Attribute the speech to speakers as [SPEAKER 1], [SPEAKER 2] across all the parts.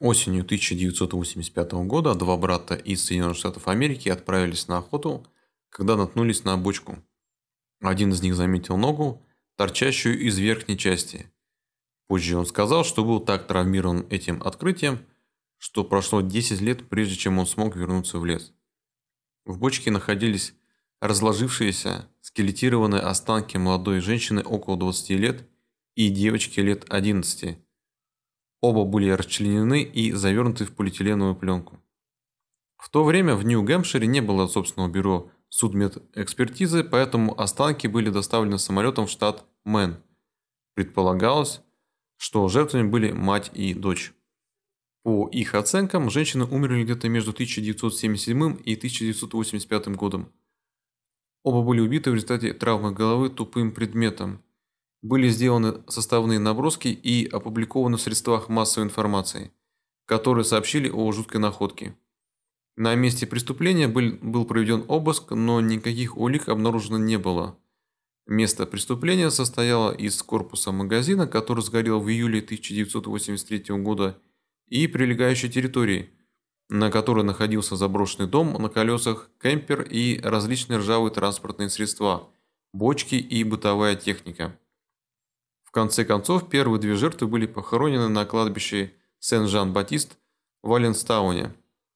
[SPEAKER 1] Осенью 1985 года два брата из Соединенных Штатов Америки отправились на охоту, когда наткнулись на бочку. Один из них заметил ногу, торчащую из верхней части. Позже он сказал, что был так травмирован этим открытием, что прошло 10 лет, прежде чем он смог вернуться в лес. В бочке находились разложившиеся, скелетированные останки молодой женщины около 20 лет и девочки лет 11. Оба были расчленены и завернуты в полиэтиленовую пленку. В то время в Нью-Гэмпшире не было собственного бюро судмедэкспертизы, поэтому останки были доставлены самолетом в штат Мэн. Предполагалось, что жертвами были мать и дочь. По их оценкам, женщины умерли где-то между 1977 и 1985 годом. Оба были убиты в результате травмы головы тупым предметом. Были сделаны составные наброски и опубликованы в средствах массовой информации, которые сообщили о жуткой находке. На месте преступления был проведен обыск, но никаких улик обнаружено не было. Место преступления состояло из корпуса магазина, который сгорел в июле 1983 года, и прилегающей территории, на которой находился заброшенный дом на колесах, кемпер и различные ржавые транспортные средства, бочки и бытовая техника. В конце концов, первые две жертвы были похоронены на кладбище Сен-Жан-Батист в Алленстауне.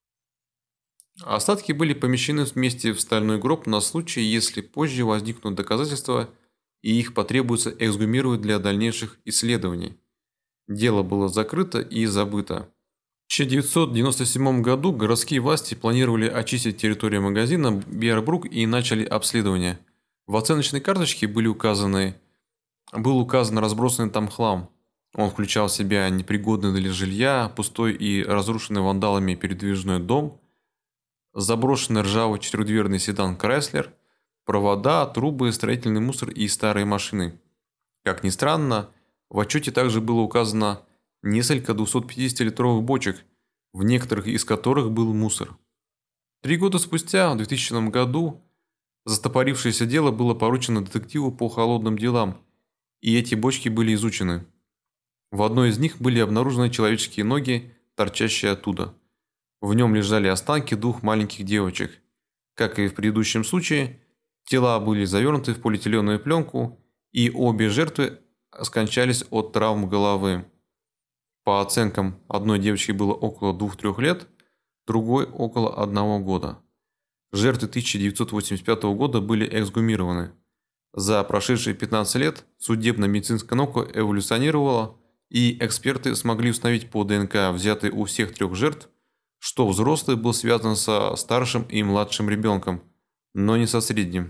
[SPEAKER 1] Остатки были помещены вместе в стальной гроб на случай, если позже возникнут доказательства и их потребуется эксгумировать для дальнейших исследований. Дело было закрыто и забыто. В 1997 году городские власти планировали очистить территорию магазина Биарбрук и начали обследование. В оценочной карточке был указан разбросанный там хлам. Он включал в себя непригодный для жилья, пустой и разрушенный вандалами передвижной дом, заброшенный ржавый четырехдверный седан Крайслер, провода, трубы, строительный мусор и старые машины. Как ни странно, в отчете также было указано несколько 250-литровых бочек, в некоторых из которых был мусор. 3 года спустя, в 2000 году, застопорившееся дело было поручено детективу по холодным делам, и эти бочки были изучены. В одной из них были обнаружены человеческие ноги, торчащие оттуда. В нем лежали останки двух маленьких девочек. Как и в предыдущем случае, тела были завернуты в полиэтиленовую пленку, и обе жертвы скончались от травм головы. По оценкам, одной девочке было около 2-3 лет, другой около 1 года. Жертвы 1985 года были эксгумированы. За прошедшие 15 лет судебно-медицинская наука эволюционировала, и эксперты смогли установить по ДНК, взятой у всех 3 жертв, что взрослый был связан со старшим и младшим ребенком, но не со средним.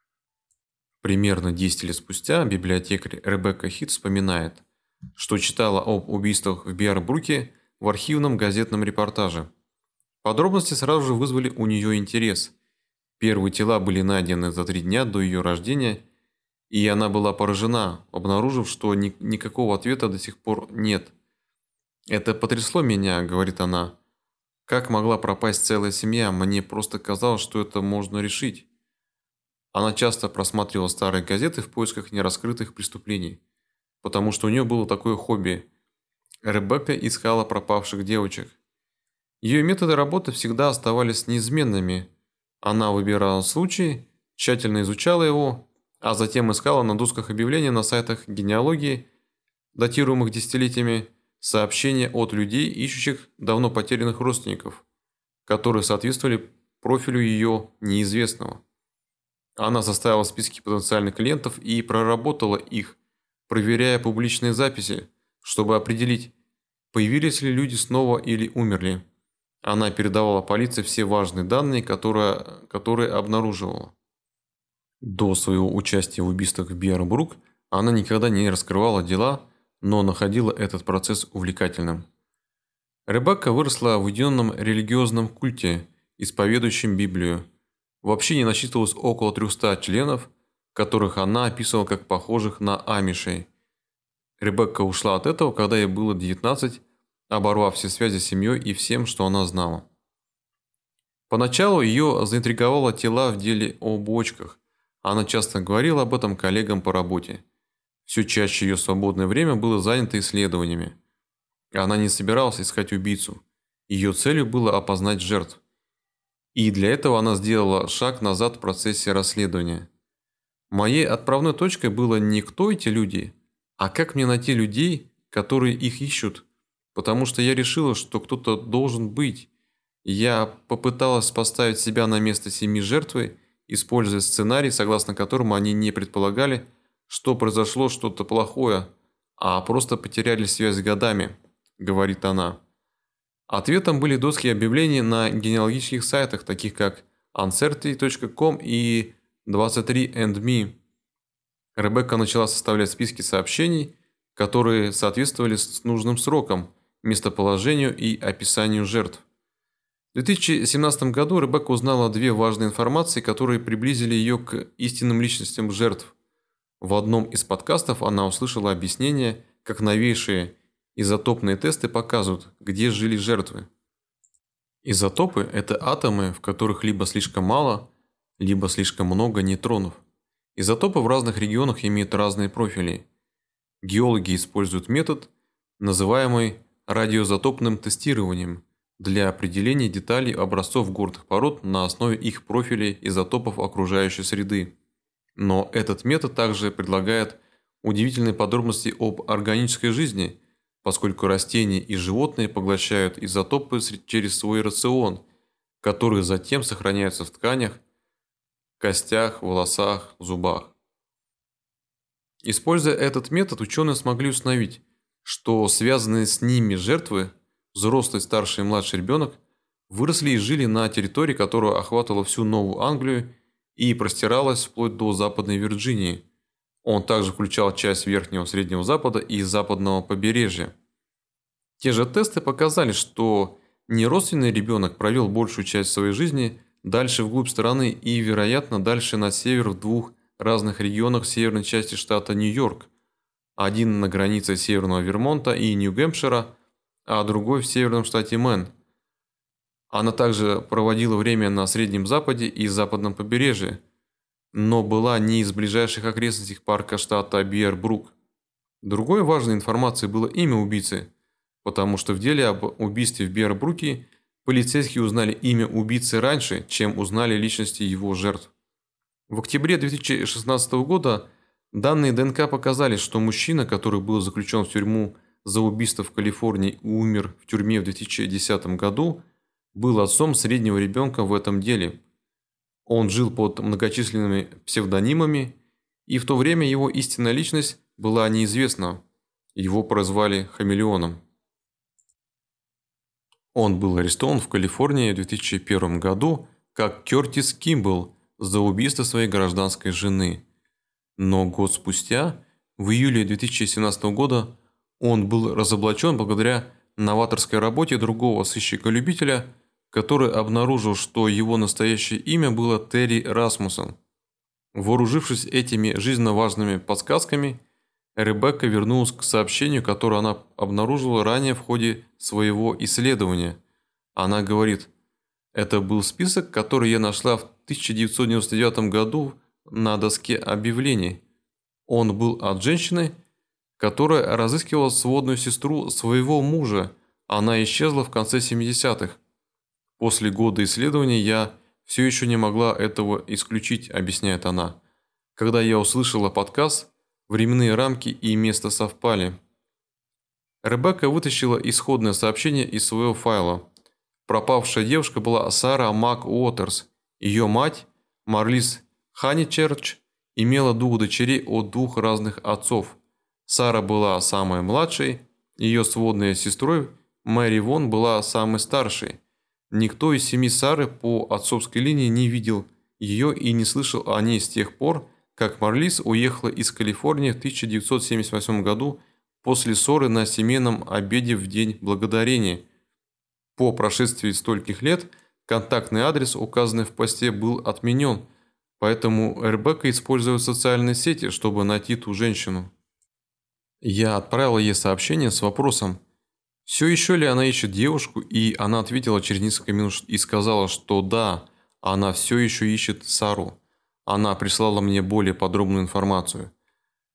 [SPEAKER 1] Примерно 10 лет спустя библиотекарь Ребекка Хит вспоминает, что читала об убийствах в Биарбруке в архивном газетном репортаже. Подробности сразу же вызвали у нее интерес. Первые тела были найдены за 3 дня до ее рождения, и она была поражена, обнаружив, что никакого ответа до сих пор нет. «Это потрясло меня», — говорит она. «Как могла пропасть целая семья? Мне просто казалось, что это можно решить». Она часто просматривала старые газеты в поисках нераскрытых преступлений, потому что у нее было такое хобби. Ребекка искала пропавших девочек. Ее методы работы всегда оставались неизменными. Она выбирала случай, тщательно изучала его, а затем искала на досках объявлений на сайтах генеалогии, датируемых десятилетиями, сообщения от людей, ищущих давно потерянных родственников, которые соответствовали профилю ее неизвестного. Она составила списки потенциальных клиентов и проработала их, проверяя публичные записи, чтобы определить, появились ли люди снова или умерли. Она передавала полиции все важные данные, которые обнаруживала. До своего участия в убийствах в Биарбрук она никогда не раскрывала дела, но находила этот процесс увлекательным. Ребекка выросла в уединенном религиозном культе, исповедующем Библию. В общине насчитывалось около 300 членов, которых она описывала как похожих на амишей. Ребекка ушла от этого, когда ей было 19, оборвав все связи с семьей и всем, что она знала. Поначалу ее заинтриговало тела в деле о бочках. Она часто говорила об этом коллегам по работе. Все чаще ее свободное время было занято исследованиями. Она не собиралась искать убийцу. Ее целью было опознать жертв. И для этого она сделала шаг назад в процессе расследования. Моей отправной точкой было не кто эти люди, а как мне найти людей, которые их ищут. Потому что я решила, что кто-то должен быть. Я попыталась поставить себя на место семьи жертвы, используя сценарий, согласно которому они не предполагали, что произошло что-то плохое, а просто потеряли связь с годами, говорит она. Ответом были доски объявлений на генеалогических сайтах, таких как Uncertainty.com и 23andMe. Ребекка начала составлять списки сообщений, которые соответствовали с нужным срокам, местоположению и описанию жертв. В 2017 году Ребекка узнала две важные информации, которые приблизили ее к истинным личностям жертв. В одном из подкастов она услышала объяснение, как новейшие изотопные тесты показывают, где жили жертвы. Изотопы – это атомы, в которых либо слишком мало, либо слишком много нейтронов. Изотопы в разных регионах имеют разные профили. Геологи используют метод, называемый радиоизотопным тестированием, для определения деталей образцов горных пород на основе их профилей изотопов окружающей среды. Но этот метод также предлагает удивительные подробности об органической жизни, поскольку растения и животные поглощают изотопы через свой рацион, который затем сохраняется в тканях, костях, волосах, зубах. Используя этот метод, ученые смогли установить, что связанные с ними жертвы, взрослый, старший и младший ребенок, выросли и жили на территории, которая охватывала всю Новую Англию и простиралась вплоть до Западной Вирджинии. Он также включал часть Верхнего Среднего Запада и Западного побережья. Те же тесты показали, что неродственный ребенок провел большую часть своей жизни дальше вглубь страны и, вероятно, дальше на север в двух разных регионах северной части штата Нью-Йорк. Один на границе Северного Вермонта и Нью-Гэмпшира, а другой в северном штате Мэн. Она также проводила время на Среднем Западе и Западном побережье, но была не из ближайших окрестностей парка штата Биар-Брук. Другой важной информацией было имя убийцы, потому что в деле об убийстве в Биар-Бруке полицейские узнали имя убийцы раньше, чем узнали личности его жертв. В октябре 2016 года данные ДНК показали, что мужчина, который был заключен в тюрьму за убийство в Калифорнии и умер в тюрьме в 2010 году, был отцом среднего ребенка в этом деле. Он жил под многочисленными псевдонимами, и в то время его истинная личность была неизвестна. Его прозвали хамелеоном. Он был арестован в Калифорнии в 2001 году как Кертис Кимбл за убийство своей гражданской жены. Но год спустя, в июле 2017 года, он был разоблачен благодаря новаторской работе другого сыщика-любителя, который обнаружил, что его настоящее имя было Терри Расмуссен. Вооружившись этими жизненно важными подсказками, Ребекка вернулась к сообщению, которое она обнаружила ранее в ходе своего исследования. Она говорит: «Это был список, который я нашла в 1999 году на доске объявлений. Он был от женщины, которая разыскивала сводную сестру своего мужа. Она исчезла в конце 70-х. После года исследований я все еще не могла этого исключить», объясняет она. «Когда я услышала подкаст, временные рамки и место совпали». Ребекка вытащила исходное сообщение из своего файла. Пропавшая девушка была Сара Мак Уотерс. Ее мать, Марлис Ханичерч, имела двух дочерей от двух разных отцов. Сара была самой младшей, ее сводной сестрой Мэри Вон была самой старшей. Никто из семьи Сары по отцовской линии не видел ее и не слышал о ней с тех пор, как Марлис уехала из Калифорнии в 1978 году после ссоры на семейном обеде в День Благодарения. По прошествии стольких лет контактный адрес, указанный в посте, был отменен, поэтому Ребекка использовала социальные сети, чтобы найти ту женщину. Я отправила ей сообщение с вопросом, все еще ли она ищет девушку, и она ответила через несколько минут и сказала, что да, она все еще ищет Сару. Она прислала мне более подробную информацию.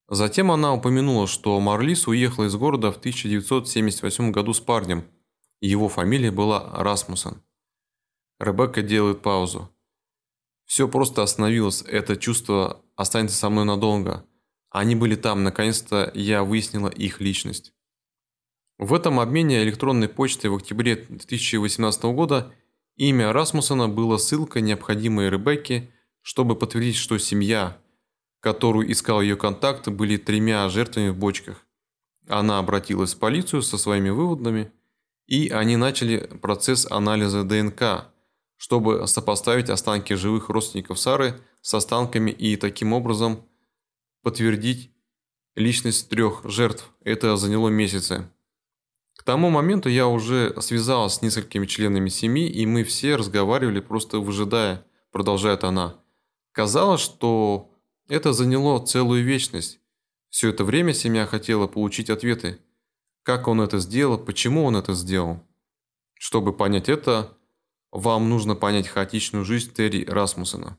[SPEAKER 1] Затем она упомянула, что Марлис уехала из города в 1978 году с парнем. Его фамилия была Расмуссен. Ребекка делает паузу. Все просто остановилось, это чувство останется со мной надолго. Они были там, наконец-то я выяснила их личность. В этом обмене электронной почтой в октябре 2018 года имя Расмуссена было ссылкой, необходимой Ребекке, чтобы подтвердить, что семья, которую искал ее контакт, были 3 жертвами в бочках. Она обратилась в полицию со своими выводами, и они начали процесс анализа ДНК, чтобы сопоставить останки живых родственников Сары с останками и таким образом подтвердить личность 3 жертв. Это заняло месяцы. К тому моменту я уже связалась с несколькими членами семьи, и мы все разговаривали, просто выжидая, продолжает она. Казалось, что это заняло целую вечность. Все это время семья хотела получить ответы. Как он это сделал, почему он это сделал. Чтобы понять это, вам нужно понять хаотичную жизнь Терри Расмуссена.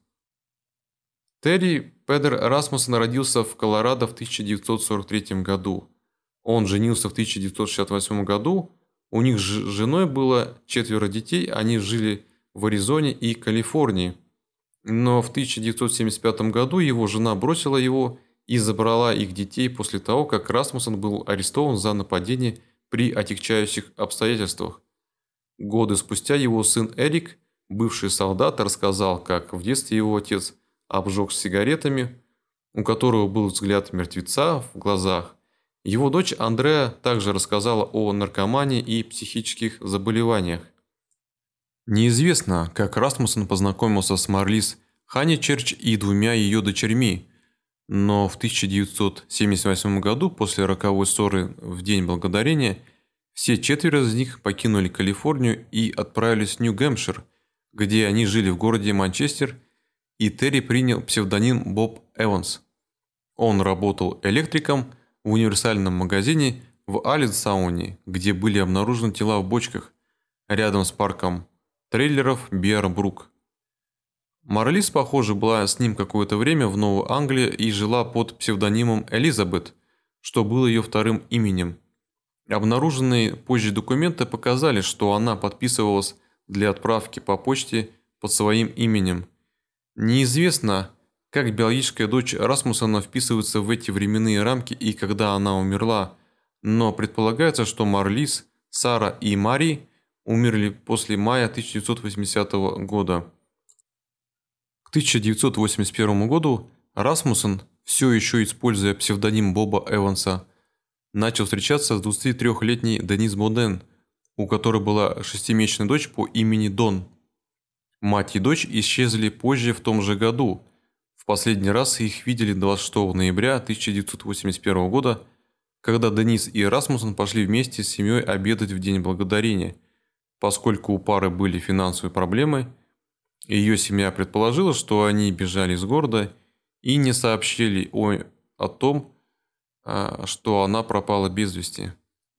[SPEAKER 1] Терри Педер Расмуссен родился в Колорадо в 1943 году. Он женился в 1968 году. У них с женой было 4 детей, они жили в Аризоне и Калифорнии. Но в 1975 году его жена бросила его и забрала их детей после того, как Расмуссен был арестован за нападение при отягчающих обстоятельствах. Годы спустя его сын Эрик, бывший солдат, рассказал, как в детстве его отец обжегся сигаретами, у которого был взгляд мертвеца в глазах. Его дочь Андреа также рассказала о наркомании и психических заболеваниях. Неизвестно, как Расмуссен познакомился с Марлис Ханичерч и 2 ее дочерьми, но в 1978 году, после роковой ссоры в День Благодарения, все 4 из них покинули Калифорнию и отправились в Нью-Гэмпшир, где они жили в городе Манчестер, и Терри принял псевдоним Боб Эванс. Он работал электриком в универсальном магазине в Алленсауне, где были обнаружены тела в бочках, рядом с парком трейлеров Биар-Брук. Марлис, похоже, была с ним какое-то время в Новой Англии и жила под псевдонимом Элизабет, что было ее 2-м именем. Обнаруженные позже документы показали, что она подписывалась для отправки по почте под своим именем. Неизвестно, как биологическая дочь Расмуссена вписывается в эти временные рамки и когда она умерла, но предполагается, что Марлис, Сара и Мари умерли после мая 1980 года. К 1981 году Расмуссен, все еще используя псевдоним Боба Эванса, начал встречаться с 23-летней Денис Боден, у которой была 6-месячная дочь по имени Дон. Мать и дочь исчезли позже в том же году. В последний раз их видели 26 ноября 1981 года, когда Денис и Расмуссен пошли вместе с семьей обедать в День Благодарения. Поскольку у пары были финансовые проблемы, ее семья предположила, что они бежали из города и не сообщили о том, что она пропала без вести.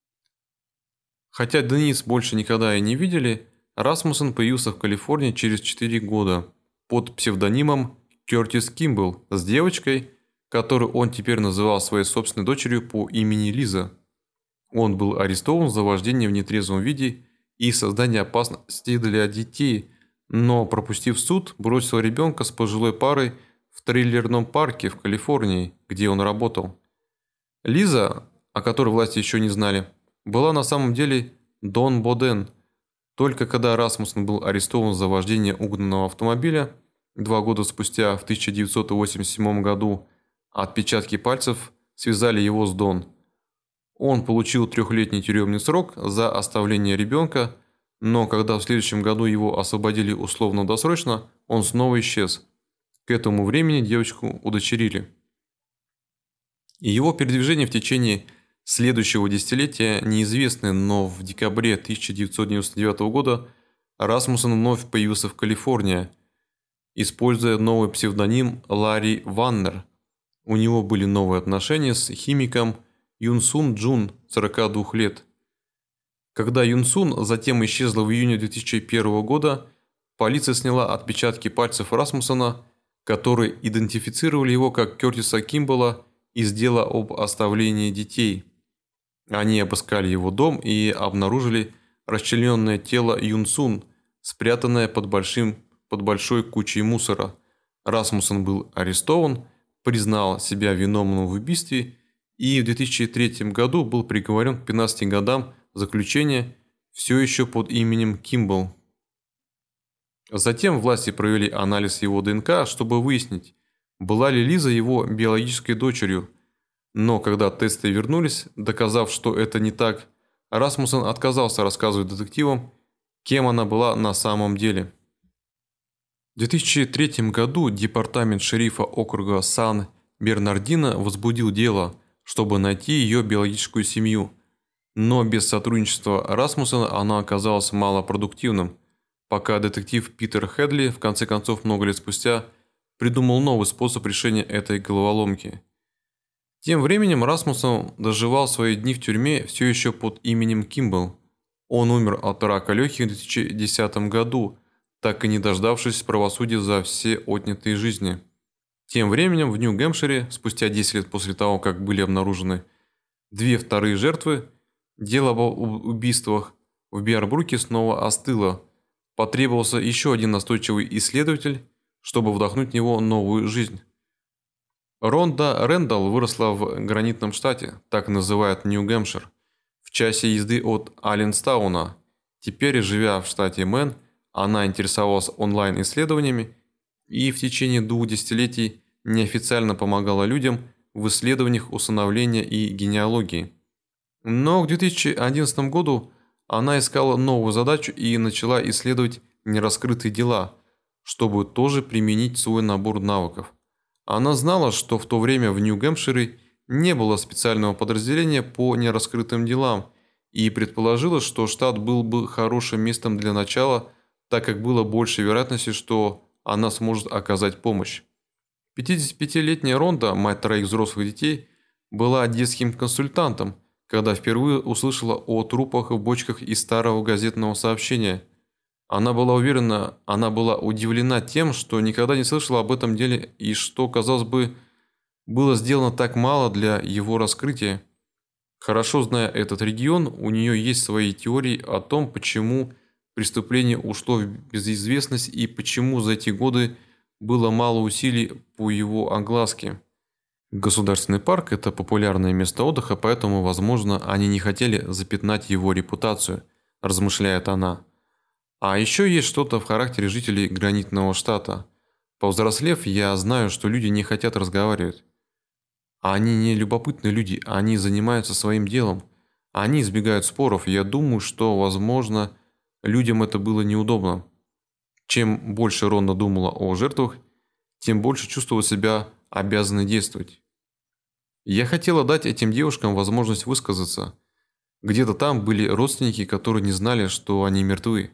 [SPEAKER 1] Хотя Денис больше никогда и не видели, Расмуссен появился в Калифорнии через 4 года под псевдонимом Кертис Кимбл с девочкой, которую он теперь называл своей собственной дочерью по имени Лиза. Он был арестован за вождение в нетрезвом виде и создание опасности для детей, но, пропустив суд, бросил ребенка с пожилой парой в трейлерном парке в Калифорнии, где он работал. Лиза, о которой власти еще не знали, была на самом деле Дон Боден. Только когда Расмуссен был арестован за вождение угнанного автомобиля, 2 года спустя, в 1987 году, отпечатки пальцев связали его с Дон. Он получил 3-летний тюремный срок за оставление ребенка, но когда в следующем году его освободили условно-досрочно, он снова исчез. К этому времени девочку удочерили. Его передвижения в течение следующего десятилетия неизвестны, но в декабре 1999 года Расмуссен вновь появился в Калифорнии, используя новый псевдоним Ларри Ваннер. У него были новые отношения с химиком Юнсун Джун, 42 лет. Когда Юнсун затем исчезла в июне 2001 года, полиция сняла отпечатки пальцев Расмуссена, которые идентифицировали его как Кертиса Кимбла из дела об оставлении детей. Они обыскали его дом и обнаружили расчлененное тело Юн Сун, спрятанное под большой кучей мусора. Расмуссен был арестован, признал себя виновным в убийстве и в 2003 году был приговорен к 15 годам заключения все еще под именем Кимбл. Затем власти провели анализ его ДНК, чтобы выяснить, была ли Лиза его биологической дочерью. Но когда тесты вернулись, доказав, что это не так, Расмуссен отказался рассказывать детективам, кем она была на самом деле. В 2003 году департамент шерифа округа Сан-Бернардино возбудил дело, чтобы найти ее биологическую семью. Но без сотрудничества Расмуссена оно оказалось малопродуктивным, пока детектив Питер Хедли в конце концов много лет спустя придумал новый способ решения этой головоломки. Тем временем Расмуссен доживал свои дни в тюрьме все еще под именем Кимбл. Он умер от рака легких в 2010 году, так и не дождавшись правосудия за все отнятые жизни. Тем временем в Нью-Гэмпшире, спустя 10 лет после того, как были обнаружены две вторые жертвы, дело об убийствах в Биарбруке снова остыло. Потребовался еще один настойчивый исследователь, чтобы вдохнуть в него новую жизнь. Ронда Рэндалл выросла в гранитном штате, так называют Нью-Гэмпшир, в часе езды от Алленстауна. Теперь, живя в штате Мэн, она интересовалась онлайн-исследованиями и в течение 2 десятилетий неофициально помогала людям в исследованиях усыновления и генеалогии. Но к 2011 году она искала новую задачу и начала исследовать нераскрытые дела, чтобы тоже применить свой набор навыков. Она знала, что в то время в Нью-Гэмпшире не было специального подразделения по нераскрытым делам и предположила, что штат был бы хорошим местом для начала, так как было больше вероятности, что она сможет оказать помощь. 55-летняя Ронда, мать 3 взрослых детей, была детским консультантом, когда впервые услышала о трупах в бочках из старого газетного сообщения. Она была удивлена тем, что никогда не слышала об этом деле и что, казалось бы, было сделано так мало для его раскрытия. Хорошо зная этот регион, у нее есть свои теории о том, почему преступление ушло в безызвестность и почему за эти годы было мало усилий по его огласке. Государственный парк – это популярное место отдыха, поэтому, возможно, они не хотели запятнать его репутацию, размышляет она. А еще есть что-то в характере жителей гранитного штата. Повзрослев, я знаю, что люди не хотят разговаривать. Они не любопытные люди, они занимаются своим делом. Они избегают споров, и я думаю, что, возможно, людям это было неудобно. Чем больше Ронда думала о жертвах, тем больше чувствовала себя обязанной действовать. Я хотела дать этим девушкам возможность высказаться. Где-то там были родственники, которые не знали, что они мертвы.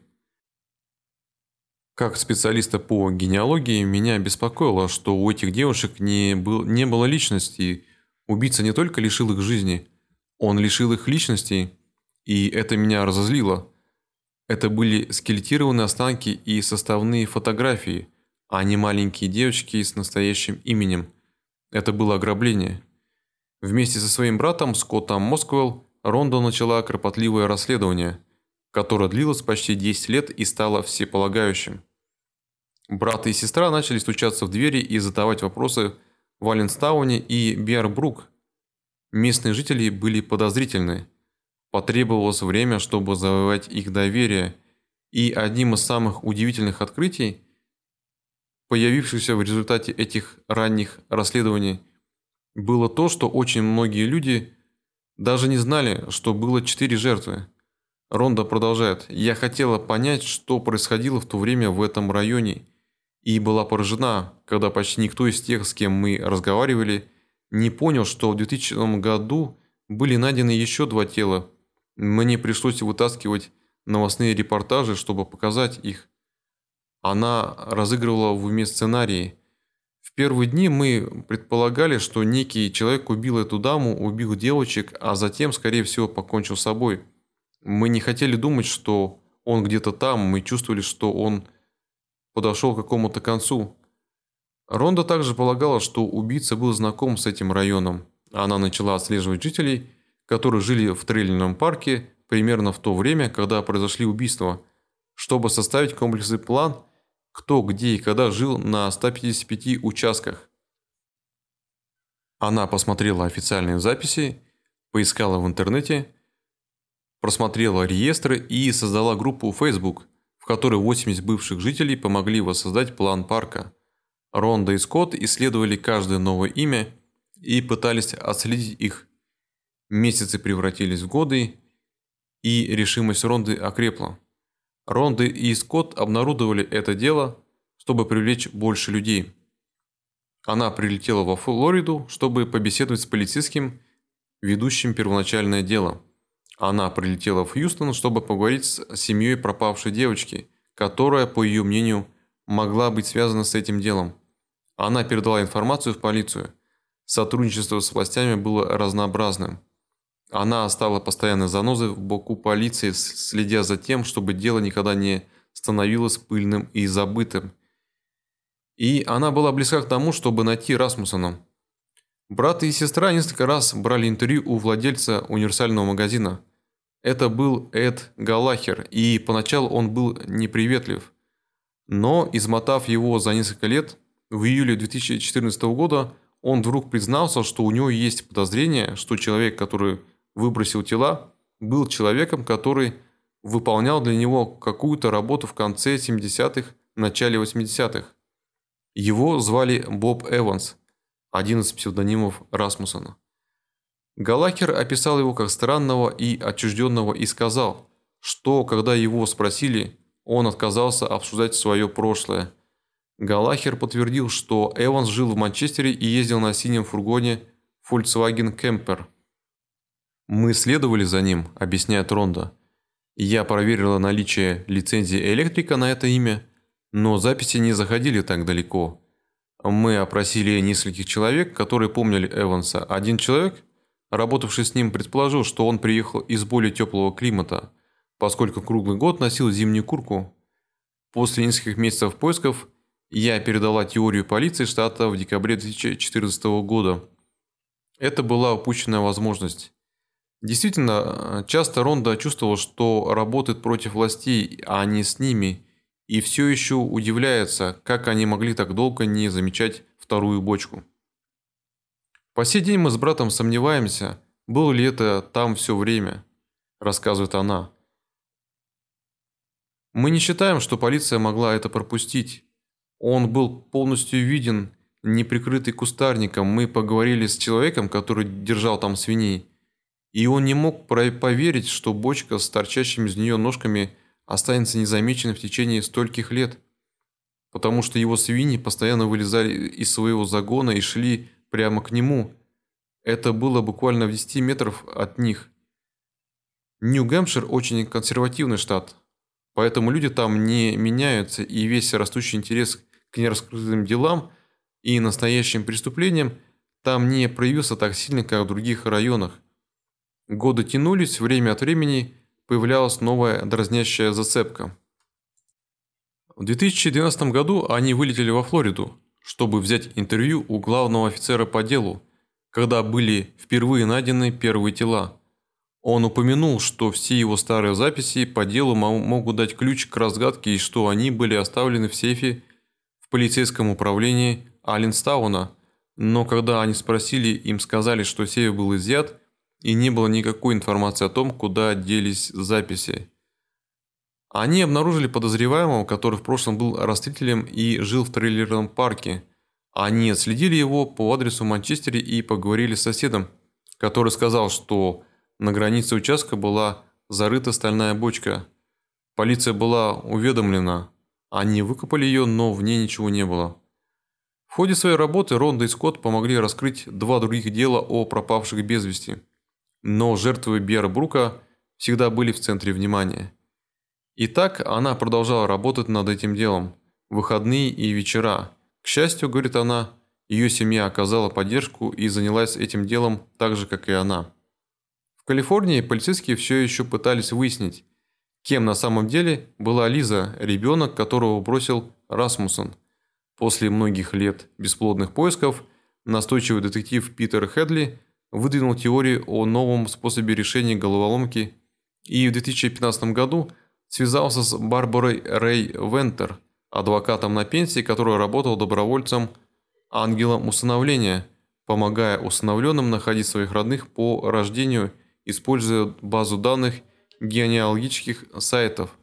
[SPEAKER 1] Как специалиста по генеалогии, меня беспокоило, что у этих девушек не было личности. Убийца не только лишил их жизни, он лишил их личностей, и это меня разозлило. Это были скелетированные останки и составные фотографии, а не маленькие девочки с настоящим именем. Это было ограбление. Вместе со своим братом Скоттом Москвелл Ронда начала кропотливое расследование, которое длилось почти 10 лет и стало всеполагающим. Брат и сестра начали стучаться в двери и задавать вопросы в Алленстауне и Биарбрук. Местные жители были подозрительны. Потребовалось время, чтобы завоевать их доверие, и одним из самых удивительных открытий, появившихся в результате этих ранних расследований, было то, что очень многие люди даже не знали, что было 4 жертвы. Ронда продолжает: «Я хотела понять, что происходило в то время в этом районе, и была поражена, когда почти никто из тех, с кем мы разговаривали, не понял, что в 2000 году были найдены еще 2 тела. Мне пришлось вытаскивать новостные репортажи, чтобы показать их». Она разыгрывала в уме сценарии. В первые дни мы предполагали, что некий человек убил эту даму, убил девочек, а затем, скорее всего, покончил с собой. Мы не хотели думать, что он где-то там, мы чувствовали, что он подошел к какому-то концу. Ронда также полагала, что убийца был знаком с этим районом. Она начала отслеживать жителей, которые жили в трейлерном парке примерно в то время, когда произошли убийства, чтобы составить комплексный план, кто, где и когда жил на 155 участках. Она посмотрела официальные записи, поискала в интернете, просмотрела реестры и создала группу в Facebook, в которой 80 бывших жителей помогли воссоздать план парка. Ронда и Скотт исследовали каждое новое имя и пытались отследить их. Месяцы превратились в годы, и решимость Ронды окрепла. Ронда и Скотт обнародовали это дело, чтобы привлечь больше людей. Она прилетела во Флориду, чтобы побеседовать с полицейским, ведущим первоначальное дело. Она прилетела в Хьюстон, чтобы поговорить с семьей пропавшей девочки, которая, по ее мнению, могла быть связана с этим делом. Она передала информацию в полицию. Сотрудничество с властями было разнообразным. Она стала постоянной занозой в боку полиции, следя за тем, чтобы дело никогда не становилось пыльным и забытым. И она была близка к тому, чтобы найти Расмуссена. Брат и сестра несколько раз брали интервью у владельца универсального магазина. Это был Эд Галлахер, и поначалу он был неприветлив. Но, измотав его за несколько лет, в июле 2014 года он вдруг признался, что у него есть подозрение, что человек, который выбросил тела, был человеком, который выполнял для него какую-то работу в конце 70-х, начале 80-х. Его звали Боб Эванс, один из псевдонимов Расмуссена. Галлахер описал его как странного и отчужденного и сказал, что, когда его спросили, он отказался обсуждать свое прошлое. Галлахер подтвердил, что Эванс жил в Манчестере и ездил на синем фургоне Volkswagen Camper. «Мы следовали за ним», – объясняет Ронда. «Я проверила наличие лицензии электрика на это имя, но записи не заходили так далеко. Мы опросили нескольких человек, которые помнили Эванса. Один человек, работавший с ним, предположил, что он приехал из более теплого климата, поскольку круглый год носил зимнюю куртку. После нескольких месяцев поисков я передала теорию полиции штата в декабре 2014 года. Это была упущенная возможность. Действительно, часто Ронда чувствовал, что работает против властей, а не с ними, и все еще удивляется, как они могли так долго не замечать вторую бочку. «По сей день мы с братом сомневаемся, было ли это там все время», – рассказывает она. «Мы не считаем, что полиция могла это пропустить. Он был полностью виден, не прикрытый кустарником. Мы поговорили с человеком, который держал там свиней, и он не мог поверить, что бочка с торчащими из нее ножками останется незамеченной в течение стольких лет, потому что его свиньи постоянно вылезали из своего загона и шли прямо к нему. Это было буквально в 10 метров от них. Нью-Гэмпшир очень консервативный штат, поэтому люди там не меняются, и весь растущий интерес к нераскрытым делам и настоящим преступлениям там не проявился так сильно, как в других районах. Годы тянулись, время от времени появлялась новая дразнящая зацепка. В 2012 году они вылетели во Флориду, чтобы взять интервью у главного офицера по делу, когда были впервые найдены первые тела. Он упомянул, что все его старые записи по делу могут дать ключ к разгадке и что они были оставлены в сейфе в полицейском управлении Алленстауна, но когда они спросили, им сказали, что сейф был изъят, и не было никакой информации о том, куда делись записи. Они обнаружили подозреваемого, который в прошлом был растлителем и жил в трейлерном парке. Они отследили его по адресу в Манчестере и поговорили с соседом, который сказал, что на границе участка была зарыта стальная бочка. Полиция была уведомлена. Они выкопали ее, но в ней ничего не было. В ходе своей работы Ронда и Скотт помогли раскрыть 2 других дела о пропавших без вести. Но жертвы Биарбрука всегда были в центре внимания. И так она продолжала работать над этим делом, в выходные и вечера. К счастью, говорит она, ее семья оказала поддержку и занялась этим делом так же, как и она. В Калифорнии полицейские все еще пытались выяснить, кем на самом деле была Лиза, ребенок, которого бросил Расмуссен. После многих лет бесплодных поисков настойчивый детектив Питер Хедли выдвинул теорию о новом способе решения головоломки и в 2015 году связался с Барбарой Рэй Вентер, адвокатом на пенсии, который работал добровольцем ангелом усыновления, помогая усыновленным находить своих родных по рождению, используя базу данных генеалогических сайтов.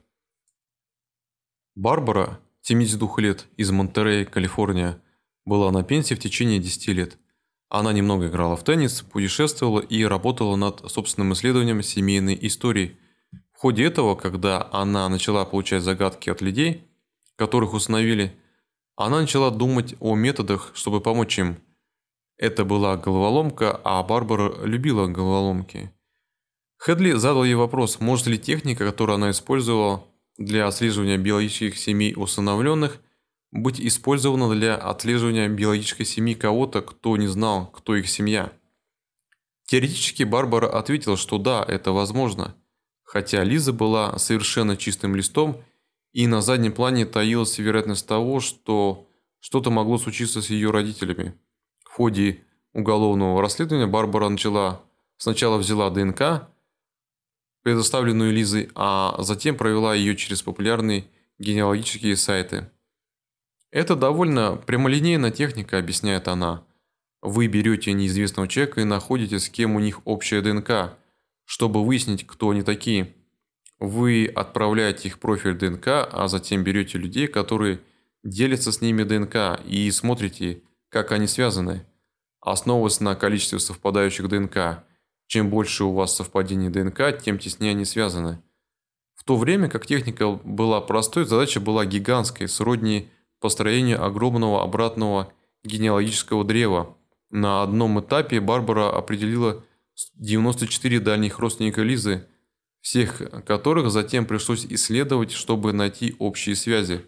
[SPEAKER 1] Барбара, 72 лет, из Монтерея, Калифорния, была на пенсии в течение 10 лет. Она немного играла в теннис, путешествовала и работала над собственным исследованием семейной истории. В ходе этого, когда она начала получать загадки от людей, которых усыновили, она начала думать о методах, чтобы помочь им. Это была головоломка, а Барбара любила головоломки. Хедли задал ей вопрос, может ли техника, которую она использовала для отслеживания биологических семей усыновленных, быть использована для отслеживания биологической семьи кого-то, кто не знал, кто их семья. Теоретически Барбара ответила, что да, это возможно, хотя Лиза была совершенно чистым листом, и на заднем плане таилась вероятность того, что что-то могло случиться с ее родителями. В ходе уголовного расследования Барбара сначала взяла ДНК, предоставленную Лизой, а затем провела ее через популярные генеалогические сайты. Это довольно прямолинейная техника, объясняет она. Вы берете неизвестного человека и находите, с кем у них общая ДНК, чтобы выяснить, кто они такие. Вы отправляете их профиль ДНК, а затем берете людей, которые делятся с ними ДНК, и смотрите, как они связаны. Основываясь на количестве совпадающих ДНК, чем больше у вас совпадений ДНК, тем теснее они связаны. В то время как техника была простой, задача была гигантской, сродни построению огромного обратного генеалогического древа. На одном этапе Барбара определила 94 дальних родственника Лизы, всех которых затем пришлось исследовать, чтобы найти общие связи.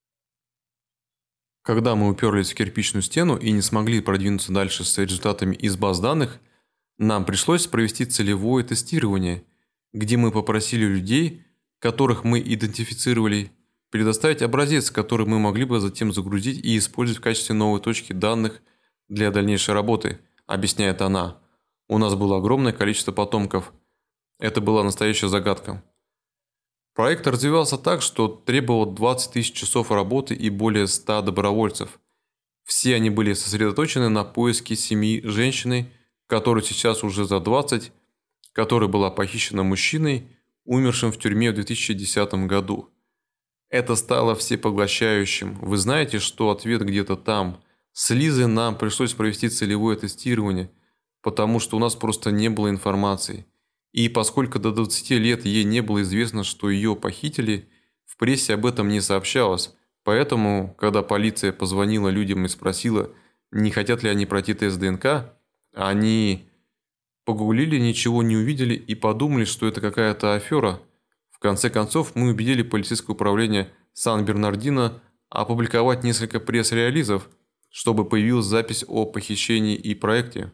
[SPEAKER 1] Когда мы уперлись в кирпичную стену и не смогли продвинуться дальше с результатами из баз данных, нам пришлось провести целевое тестирование, где мы попросили людей, которых мы идентифицировали, предоставить образец, который мы могли бы затем загрузить и использовать в качестве новой точки данных для дальнейшей работы, объясняет она. У нас было огромное количество потомков. Это была настоящая загадка. Проект развивался так, что требовал 20 тысяч часов работы и более 100 добровольцев. Все они были сосредоточены на поиске семьи женщины, которой сейчас уже за 20, которая была похищена мужчиной, умершим в тюрьме в 2010 году. Это стало всепоглощающим. Вы знаете, что ответ где-то там. С Лизой нам пришлось провести целевое тестирование, потому что у нас просто не было информации. И поскольку до 20 лет ей не было известно, что ее похитили, в прессе об этом не сообщалось. Поэтому, когда полиция позвонила людям и спросила, не хотят ли они пройти тест ДНК, они погуглили, ничего не увидели и подумали, что это какая-то афера. В конце концов, мы убедили полицейское управление Сан-Бернардино опубликовать несколько пресс-релизов, чтобы появилась запись о похищении и проекте.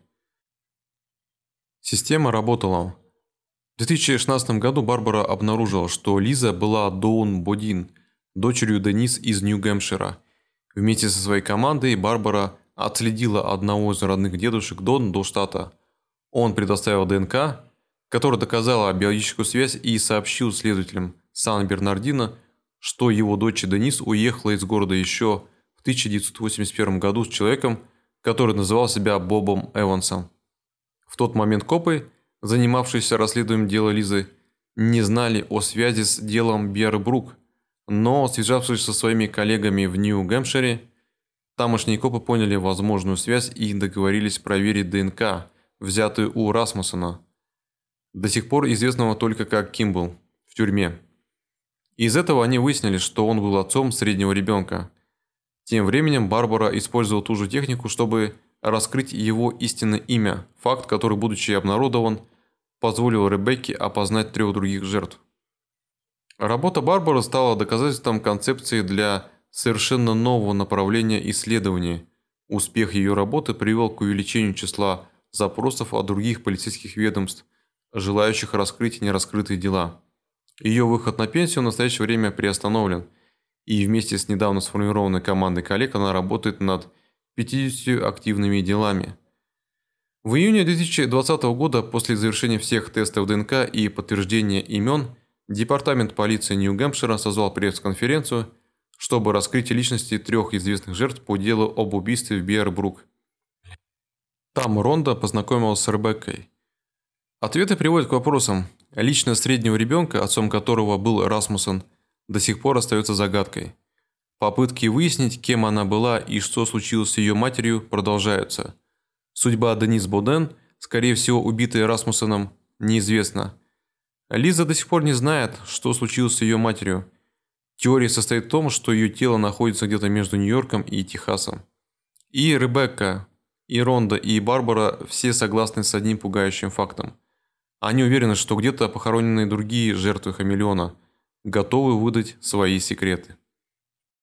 [SPEAKER 1] Система работала. В 2016 году Барбара обнаружила, что Лиза была Доун Бодин, дочерью Денис из Нью-Гэмпшира. Вместе со своей командой Барбара отследила одного из родных дедушек Дон до штата. Он предоставил ДНК, который доказала биологическую связь и сообщил следователям Сан-Бернардино, что его дочь Денис уехала из города еще в 1981 году с человеком, который называл себя Бобом Эвансом. В тот момент копы, занимавшиеся расследованием дела Лизы, не знали о связи с делом Биарбрук, но, связавшись со своими коллегами в Нью-Гэмпшире, тамошние копы поняли возможную связь и договорились проверить ДНК, взятую у Расмуссена, до сих пор известного только как Кимбл, в тюрьме. Из этого они выяснили, что он был отцом среднего ребенка. Тем временем Барбара использовала ту же технику, чтобы раскрыть его истинное имя, факт, который, будучи обнародован, позволил Ребекке опознать 3 других жертв. Работа Барбары стала доказательством концепции для совершенно нового направления исследования. Успех ее работы привел к увеличению числа запросов от других полицейских ведомств, желающих раскрыть нераскрытые дела. Ее выход на пенсию в настоящее время приостановлен, и вместе с недавно сформированной командой коллег она работает над 50 активными делами. В июне 2020 года, после завершения всех тестов ДНК и подтверждения имен, Департамент полиции Нью-Гэмпшира созвал пресс-конференцию, чтобы раскрыть личности 3 известных жертв по делу об убийстве в Биар-Брук. Там Ронда познакомилась с Ребеккой. Ответы приводят к вопросам. Личность среднего ребенка, отцом которого был Расмуссен, до сих пор остается загадкой. Попытки выяснить, кем она была и что случилось с ее матерью, продолжаются. Судьба Денис Боден, скорее всего убитая Расмуссеном, неизвестна. Лиза до сих пор не знает, что случилось с ее матерью. Теория состоит в том, что ее тело находится где-то между Нью-Йорком и Техасом. И Ребекка, и Ронда, и Барбара все согласны с одним пугающим фактом. Они уверены, что где-то похоронены другие жертвы хамелеона, готовы выдать свои секреты.